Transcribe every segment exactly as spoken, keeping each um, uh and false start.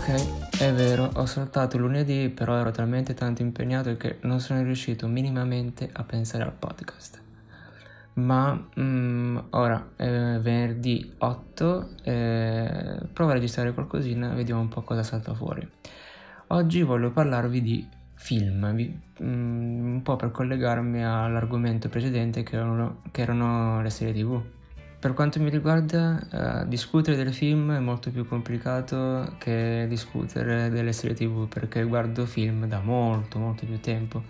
Ok, è vero, ho saltato lunedì, però ero talmente tanto impegnato che non sono riuscito minimamente a pensare al podcast. Ma mm, ora è venerdì otto, eh, provo a registrare qualcosina, vediamo un po' cosa salta fuori. Oggi voglio parlarvi di film, vi- mm, un po' per collegarmi all'argomento precedente che erano, che erano le serie tivù. Per quanto mi riguarda, eh, discutere del film è molto più complicato che discutere delle serie tivù, perché guardo film da molto, molto più tempo,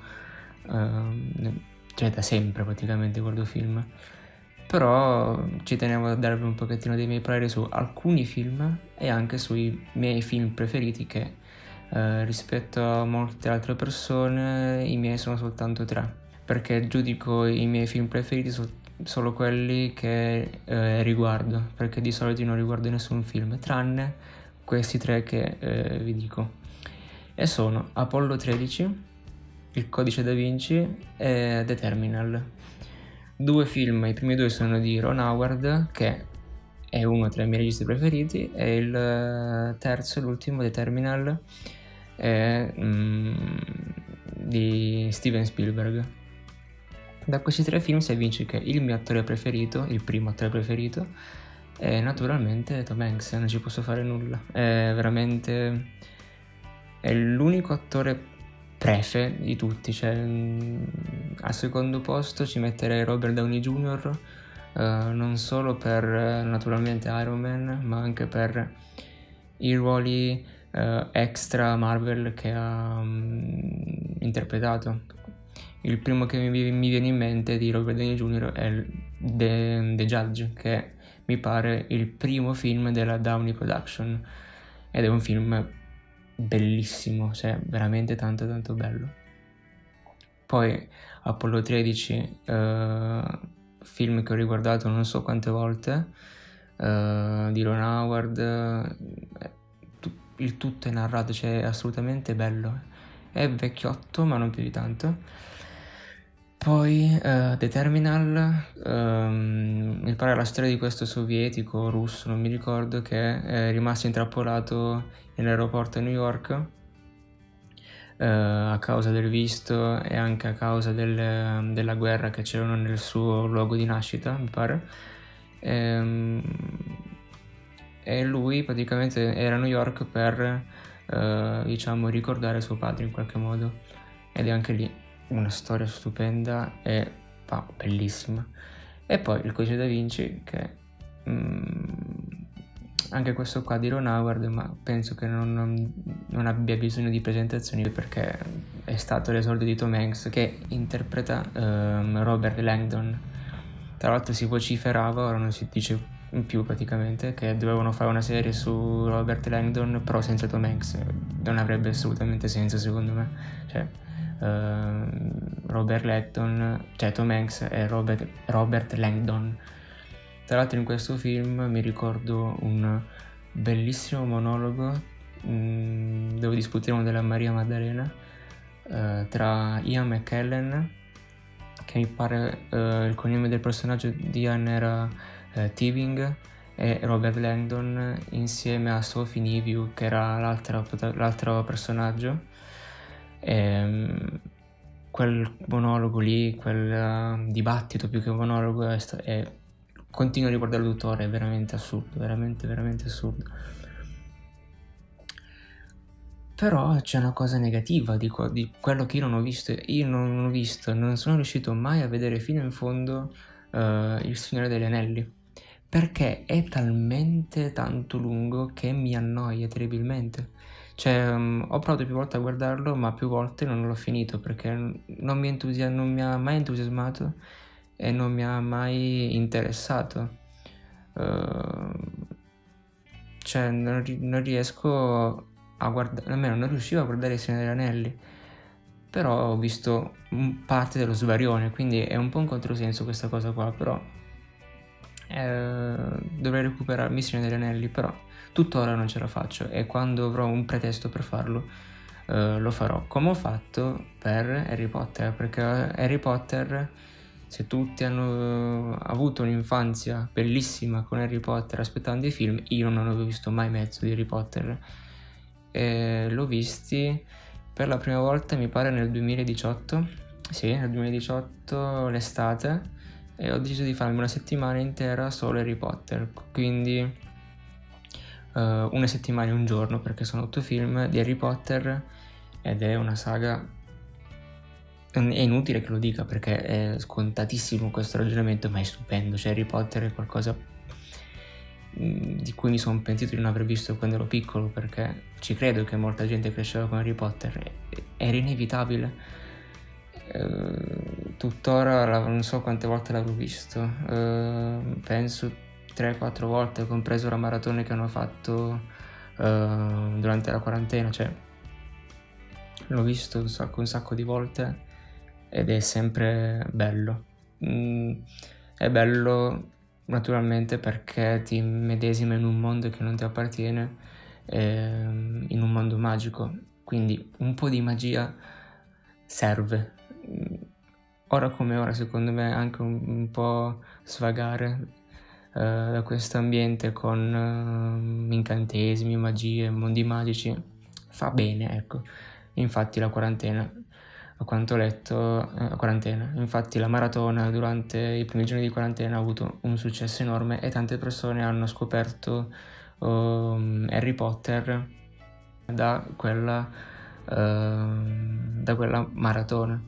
ehm, cioè da sempre praticamente guardo film. Però ci tenevo a darvi un pochettino dei miei pareri su alcuni film e anche sui miei film preferiti che eh, rispetto a molte altre persone i miei sono soltanto tre, perché giudico i miei film preferiti sol- solo quelli che eh, riguardo, perché di solito non riguardo nessun film tranne questi tre che eh, vi dico, e sono Apollo tredici, Il Codice da Vinci e The Terminal. Due film, i primi due sono di Ron Howard, che è uno tra i miei registi preferiti, e il terzo, l'ultimo, The Terminal, è mm, di Steven Spielberg. Da questi tre film si evince che il mio attore preferito, il primo attore preferito, è naturalmente Tom Hanks, non ci posso fare nulla. È veramente... è l'unico attore prefe di tutti, cioè mm, al secondo posto ci metterei Robert Downey junior, eh, non solo per eh, naturalmente Iron Man, ma anche per i ruoli eh, extra Marvel che ha mm, interpretato. Il primo che mi, mi viene in mente di Robert Downey junior è The, The Judge, che mi pare il primo film della Downey Production, ed è un film bellissimo, cioè veramente tanto tanto bello. Poi Apollo tredici, eh, film che ho riguardato non so quante volte, eh, di Ron Howard, eh, tu- il tutto è narrato, cioè è assolutamente bello, è vecchiotto ma non più di tanto. Poi eh, The Terminal, ehm, mi pare la storia di questo sovietico, russo, non mi ricordo, che è rimasto intrappolato nell'aeroporto a New York eh, a causa del visto e anche a causa del- della guerra che c'erano nel suo luogo di nascita, mi pare. Ehm, e lui praticamente era a New York per, eh, diciamo, ricordare suo padre in qualche modo. Ed è anche lì una storia stupenda e bah, bellissima. E poi Il Codice da Vinci, che mm, anche questo qua di Ron Howard, ma penso che non, non- non abbia bisogno di presentazioni, perché è stato l'esordio di Tom Hanks, che interpreta ehm, Robert Langdon. Tra l'altro si vociferava, ora non si dice in più praticamente, che dovevano fare una serie su Robert Langdon però senza Tom Hanks. Non avrebbe assolutamente senso, secondo me. Cioè, ehm, Robert Langdon, cioè Tom Hanks e Robert, Robert Langdon. Tra l'altro in questo film mi ricordo un bellissimo monologo mh, dove discutevano della Maria Maddalena, eh, tra Ian McKellen, che mi pare eh, il cognome del personaggio di Ian era eh, Teabing, e Robert Langdon, insieme a Sophie Niviu, che era l'altro, l'altro personaggio. E, mh, quel monologo lì, quel uh, dibattito più che monologo è, sta- è continuo a ricordarlo tuttora, è veramente assurdo, veramente veramente assurdo. Però c'è una cosa negativa di, co- di quello che io non ho visto. Io non ho visto, non sono riuscito mai a vedere fino in fondo eh, Il Signore degli Anelli, perché è talmente tanto lungo che mi annoia terribilmente. Cioè, um, ho provato più volte a guardarlo, ma più volte non l'ho finito, perché non mi, entusia- non mi ha mai entusiasmato e non mi ha mai interessato. Uh, cioè, non, ri- non riesco a guardare, almeno non riuscivo a guardare Il Signore degli Anelli, però ho visto un- parte dello svarione, quindi è un po' un controsenso questa cosa qua, però eh, dovrei recuperarmi Il Signore degli Anelli, però tuttora non ce la faccio, e quando avrò un pretesto per farlo eh, lo farò, come ho fatto per Harry Potter, perché Harry Potter, se tutti hanno avuto un'infanzia bellissima con Harry Potter aspettando i film, io non avevo visto mai mezzo di Harry Potter, e l'ho visti per la prima volta mi pare nel duemiladiciotto, sì, nel duemiladiciotto l'estate, e ho deciso di farmi una settimana intera solo Harry Potter, quindi uh, una settimana e un giorno, perché sono otto film di Harry Potter ed è una saga. È inutile che lo dica perché è scontatissimo questo ragionamento, ma è stupendo. Cioè Harry Potter è qualcosa di cui mi sono pentito di non aver visto quando ero piccolo, perché ci credo che molta gente cresceva con Harry Potter, era inevitabile. Eh, tuttora non so quante volte l'avrò visto, eh, penso tre quattro volte, compreso la maratona che hanno fatto eh, durante la quarantena. Cioè l'ho visto un sacco, un sacco di volte ed è sempre bello. Mm, è bello naturalmente perché ti medesima in un mondo che non ti appartiene, ehm, in un mondo magico, quindi un po' di magia serve. Ora come ora, secondo me, anche un, un po' svagare eh, da questo ambiente con eh, incantesimi, magie, mondi magici fa bene, ecco. Infatti la quarantena, a quanto ho letto, eh, la quarantena, infatti la maratona durante i primi giorni di quarantena ha avuto un successo enorme e tante persone hanno scoperto um, Harry Potter da quella, uh, da quella maratona.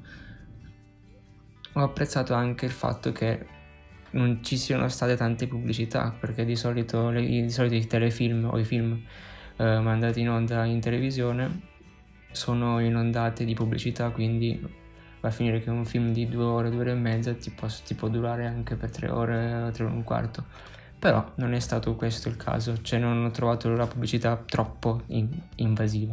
Ho apprezzato anche il fatto che non ci siano state tante pubblicità, perché di solito, le, di solito i telefilm o i film eh, mandati in onda in televisione sono inondate di pubblicità, quindi va a finire che un film di due ore, due ore e mezza ti può, ti può durare anche per tre ore, tre ore e un quarto. Però non è stato questo il caso, cioè non ho trovato la pubblicità troppo in, invasiva.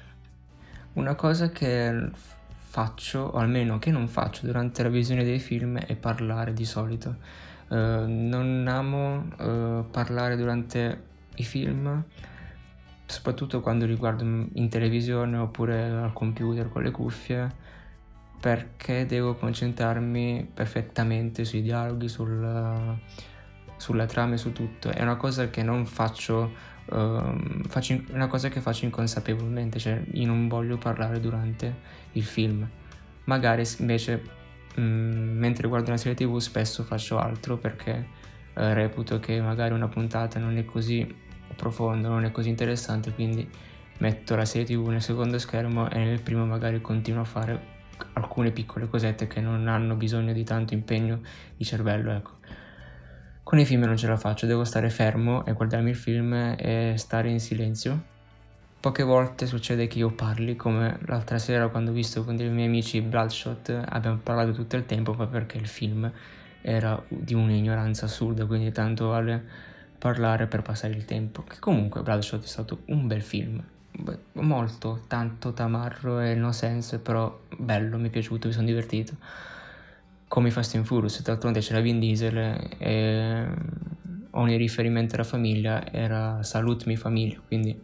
Una cosa che faccio, o almeno che non faccio durante la visione dei film, è parlare di solito. Uh, non amo uh, parlare durante i film, soprattutto quando li guardo in televisione oppure al computer con le cuffie, perché devo concentrarmi perfettamente sui dialoghi, sul, sulla trama e su tutto. È una cosa che non faccio, uh, faccio in, una cosa che faccio inconsapevolmente, cioè io non voglio parlare durante il film. Magari invece mh, mentre guardo una serie tv spesso faccio altro, perché uh, reputo che magari una puntata non è così profondo, non è così interessante, quindi metto la serie tv nel secondo schermo e nel primo magari continuo a fare alcune piccole cosette che non hanno bisogno di tanto impegno di cervello, ecco. Con i film non ce la faccio, devo stare fermo e guardarmi il film e stare in silenzio. Poche volte succede che io parli, come l'altra sera quando ho visto con dei miei amici Bloodshot, abbiamo parlato tutto il tempo, ma perché il film era di un'ignoranza assurda, quindi tanto vale parlare per passare il tempo. Che comunque Bloodshot è stato un bel film, molto, tanto tamarro e no sense, però bello, mi è piaciuto, mi sono divertito. Come Fast and Furious, d'altronde c'era Vin Diesel e ogni riferimento alla famiglia era Salute mi famiglia, quindi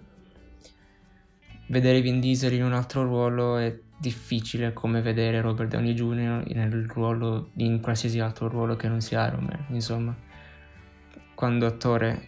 vedere Vin Diesel in un altro ruolo è difficile come vedere Robert Downey junior nel ruolo, in qualsiasi altro ruolo che non sia Iron Man, insomma. Quando attore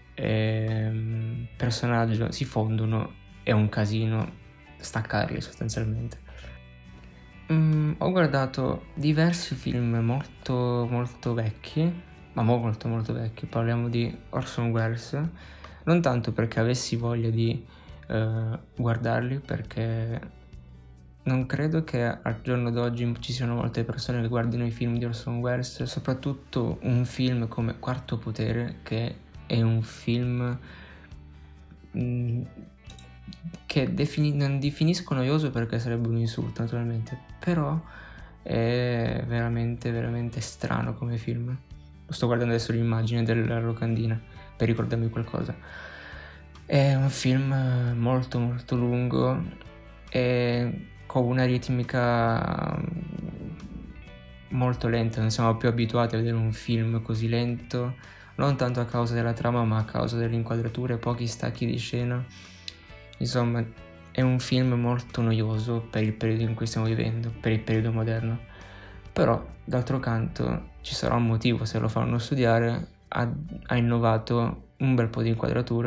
e personaggio si fondono è un casino staccarli sostanzialmente. Mm, ho guardato diversi film molto molto vecchi, ma molto molto vecchi, parliamo di Orson Welles, non tanto perché avessi voglia di uh, guardarli, perché non credo che al giorno d'oggi ci siano molte persone che guardino i film di Orson Welles, soprattutto un film come Quarto Potere, che è un film mh, che defini- non definisco noioso perché sarebbe un insulto naturalmente, però è veramente veramente strano come film. Sto guardando adesso l'immagine della locandina per ricordarmi qualcosa. È un film molto molto lungo e con una ritmica molto lenta, non siamo più abituati a vedere un film così lento, non tanto a causa della trama ma a causa delle inquadrature, pochi stacchi di scena. Insomma, è un film molto noioso per il periodo in cui stiamo vivendo, per il periodo moderno. Però, d'altro canto, ci sarà un motivo se lo fanno studiare. Ha, ha innovato un bel po' di inquadrature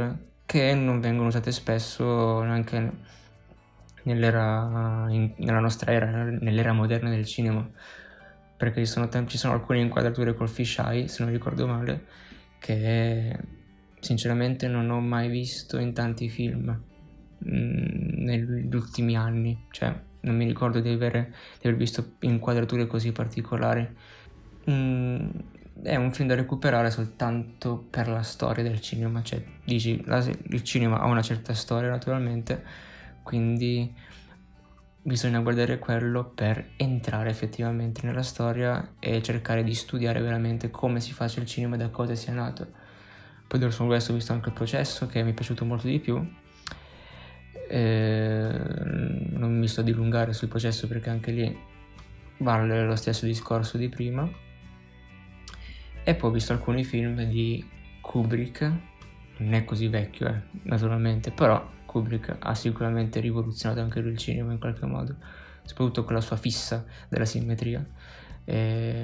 che non vengono usate spesso neanche nell'era, in, nella nostra era, nell'era moderna del cinema, perché ci sono, ci sono alcune inquadrature col fisheye, se non ricordo male, che sinceramente non ho mai visto in tanti film mh, negli ultimi anni, cioè non mi ricordo di, avere, di aver visto inquadrature così particolari. Mm, è un film da recuperare soltanto per la storia del cinema, cioè dici la, il cinema ha una certa storia naturalmente, quindi bisogna guardare quello per entrare effettivamente nella storia e cercare di studiare veramente come si faccia il cinema e da cosa sia nato. Poi dopo su questo ho visto anche Il Processo, che mi è piaciuto molto di più. E non mi sto a dilungare sul Processo perché anche lì vale lo stesso discorso di prima. E poi ho visto alcuni film di Kubrick, non è così vecchio eh, naturalmente, però Kubrick ha sicuramente rivoluzionato anche lui il cinema in qualche modo, soprattutto con la sua fissa della simmetria. E,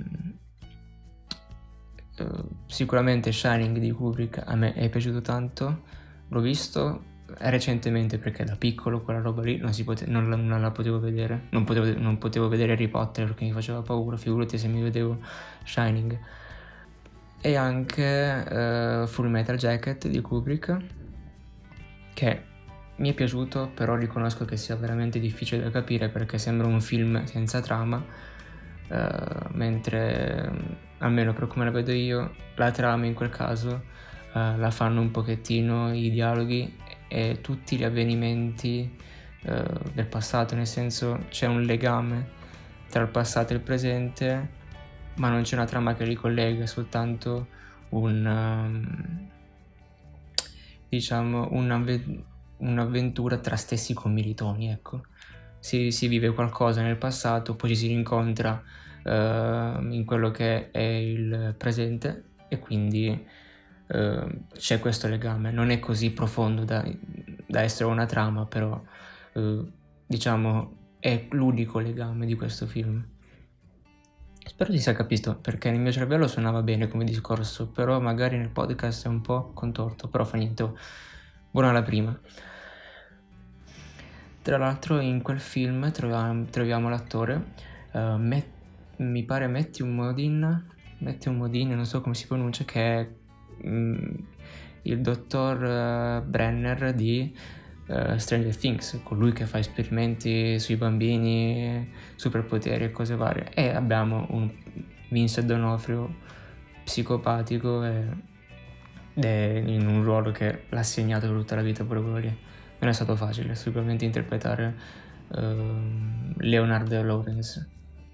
uh, sicuramente Shining di Kubrick a me è piaciuto tanto, l'ho visto recentemente perché da piccolo quella roba lì non, si pote- non, la, non la potevo vedere, non potevo, non potevo vedere Harry Potter perché mi faceva paura, figurati se mi vedevo Shining. E anche uh, Full Metal Jacket di Kubrick, che mi è piaciuto, però riconosco che sia veramente difficile da capire perché sembra un film senza trama, uh, mentre almeno per come la vedo io la trama in quel caso uh, la fanno un pochettino i dialoghi e tutti gli avvenimenti uh, del passato, nel senso c'è un legame tra il passato e il presente, ma non c'è una trama che li collega, è soltanto un um, diciamo un'avve- un'avventura tra stessi commilitoni, ecco. Si, si vive qualcosa nel passato, poi ci si rincontra uh, in quello che è il presente e quindi uh, c'è questo legame. Non è così profondo da, da essere una trama, però uh, diciamo è l'unico legame di questo film. Spero ti sia capito, perché nel mio cervello suonava bene come discorso, però magari nel podcast è un po' contorto, però fa niente, buona la prima. Tra l'altro in quel film troviamo, troviamo l'attore, uh, Matt, mi pare Matthew Modine, Matthew Modine, non so come si pronuncia, che è um, il dottor uh, Brenner di uh, Stranger Things, colui che fa esperimenti sui bambini, superpoteri e cose varie. E abbiamo un Vincent D'Onofrio psicopatico e, e in un ruolo che l'ha segnato per tutta la vita pure quello lì. Non è stato facile sicuramente interpretare uh, Leonard Lawrence.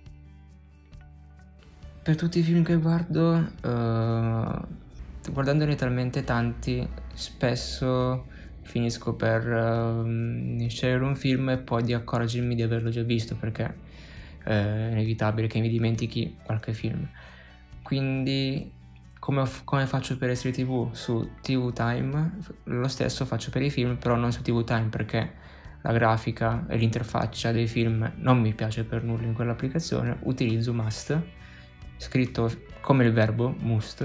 Per tutti i film che guardo, uh, guardandone talmente tanti, spesso finisco per uh, scegliere un film e poi di accorgermi di averlo già visto, perché uh, è inevitabile che mi dimentichi qualche film. Quindi come, come faccio per le serie tv su T V Time, lo stesso faccio per i film, però non su T V Time perché la grafica e l'interfaccia dei film non mi piace per nulla in quell'applicazione. Utilizzo Must, scritto come il verbo must,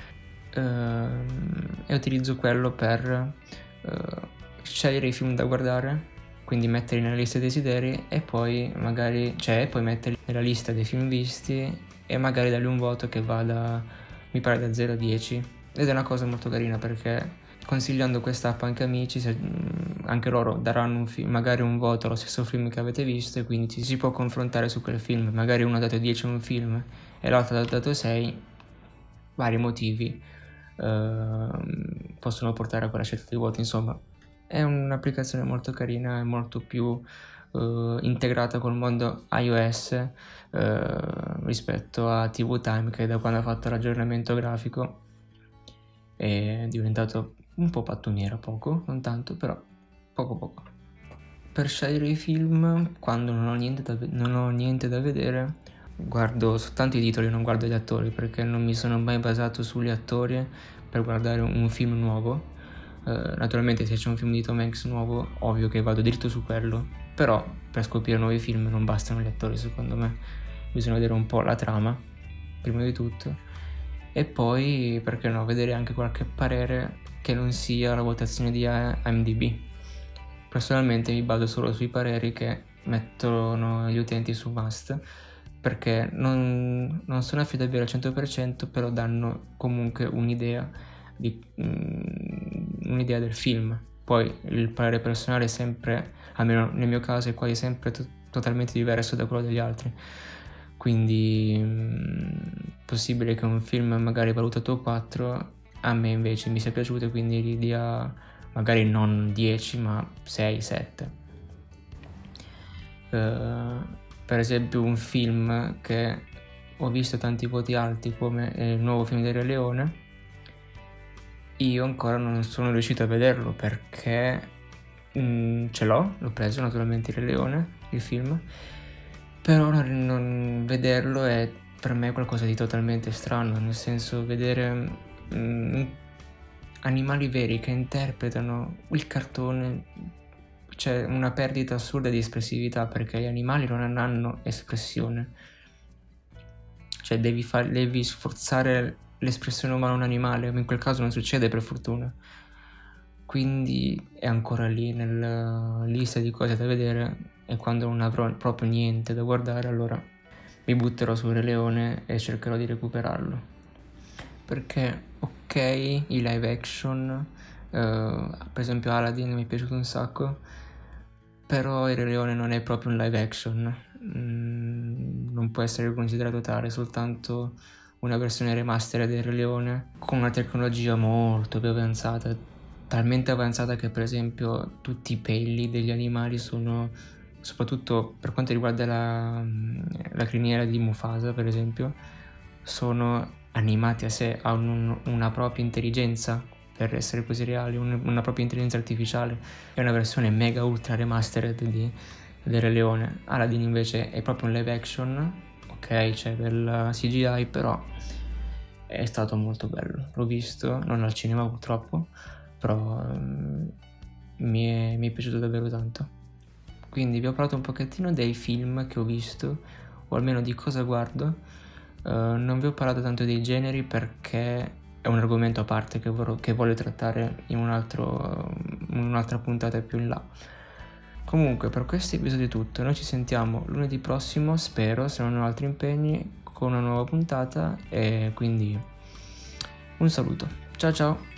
ehm, e utilizzo quello per eh, scegliere i film da guardare, quindi metterli nella lista dei desideri e poi magari, cioè poi metterli nella lista dei film visti e magari dargli un voto che va da, mi pare da zero a dieci, ed è una cosa molto carina perché consigliando questa app anche amici, se, anche loro daranno un film, magari un voto allo stesso film che avete visto, e quindi ci si può confrontare su quel film. Magari uno ha dato dieci a un film e l'altro ha dato sei, vari motivi eh, possono portare a quella scelta di voto. Insomma, è un'applicazione molto carina e molto più eh, integrata col mondo iOS eh, rispetto a T V Time, che da quando ha fatto l'aggiornamento grafico è diventato un po' pattuniera, poco, non tanto, però poco poco. Per scegliere i film, quando non ho niente da, non ho niente da vedere, guardo soltanto i titoli, non guardo gli attori, perché non mi sono mai basato sugli attori per guardare un film nuovo. Uh, naturalmente se c'è un film di Tom Hanks nuovo, ovvio che vado dritto su quello, però per scoprire nuovi film non bastano gli attori, secondo me. Bisogna vedere un po' la trama, prima di tutto, e poi, perché no, vedere anche qualche parere che non sia la votazione di I M D B. Personalmente mi baso solo sui pareri che mettono gli utenti su Must, perché non, non sono affidabili al cento per cento, però danno comunque un'idea, di, um, un'idea del film. Poi il parere personale è sempre, almeno nel mio caso, è quasi sempre to- totalmente diverso da quello degli altri. Quindi è possibile che un film magari valutato quattro a me invece mi sia piaciuto, quindi gli dia magari non dieci ma sei sette. Uh, per esempio un film che ho visto tanti voti alti come il nuovo film del Re Leone, io ancora non sono riuscito a vederlo perché mh, ce l'ho, l'ho preso naturalmente il Re Leone, il film, però non, non vederlo è per me qualcosa di totalmente strano, nel senso vedere mh, animali veri che interpretano il cartone, c'è una perdita assurda di espressività perché gli animali non hanno espressione, cioè devi, far, devi sforzare l'espressione umana a un animale, ma in quel caso non succede per fortuna, quindi è ancora lì nella lista di cose da vedere, e quando non avrò proprio niente da guardare allora mi butterò sul Re Leone e cercherò di recuperarlo, perché ok i live action, uh, per esempio Aladdin mi è piaciuto un sacco, però il Re Leone non è proprio un live action, mm, non può essere considerato tale, soltanto una versione remaster del Re Leone con una tecnologia molto più avanzata, talmente avanzata che per esempio tutti i peli degli animali sono, soprattutto per quanto riguarda la, la criniera di Mufasa per esempio, sono animati a sé, hanno una propria intelligenza per essere così reali, un, una propria intelligenza artificiale. È una versione mega ultra remastered di, del Re Leone. Aladdin invece è proprio un live action, ok, c'è del C G I, però è stato molto bello, l'ho visto, non al cinema purtroppo, però um, mi, è, mi è piaciuto davvero tanto. Quindi vi ho parlato un pochettino dei film che ho visto, o almeno di cosa guardo. Uh, non vi ho parlato tanto dei generi perché è un argomento a parte che, vorrò, che voglio trattare in, un altro, in un'altra puntata più in là. Comunque per questo episodio è tutto, noi ci sentiamo lunedì prossimo, spero, se non ho altri impegni, con una nuova puntata, e quindi un saluto, ciao ciao!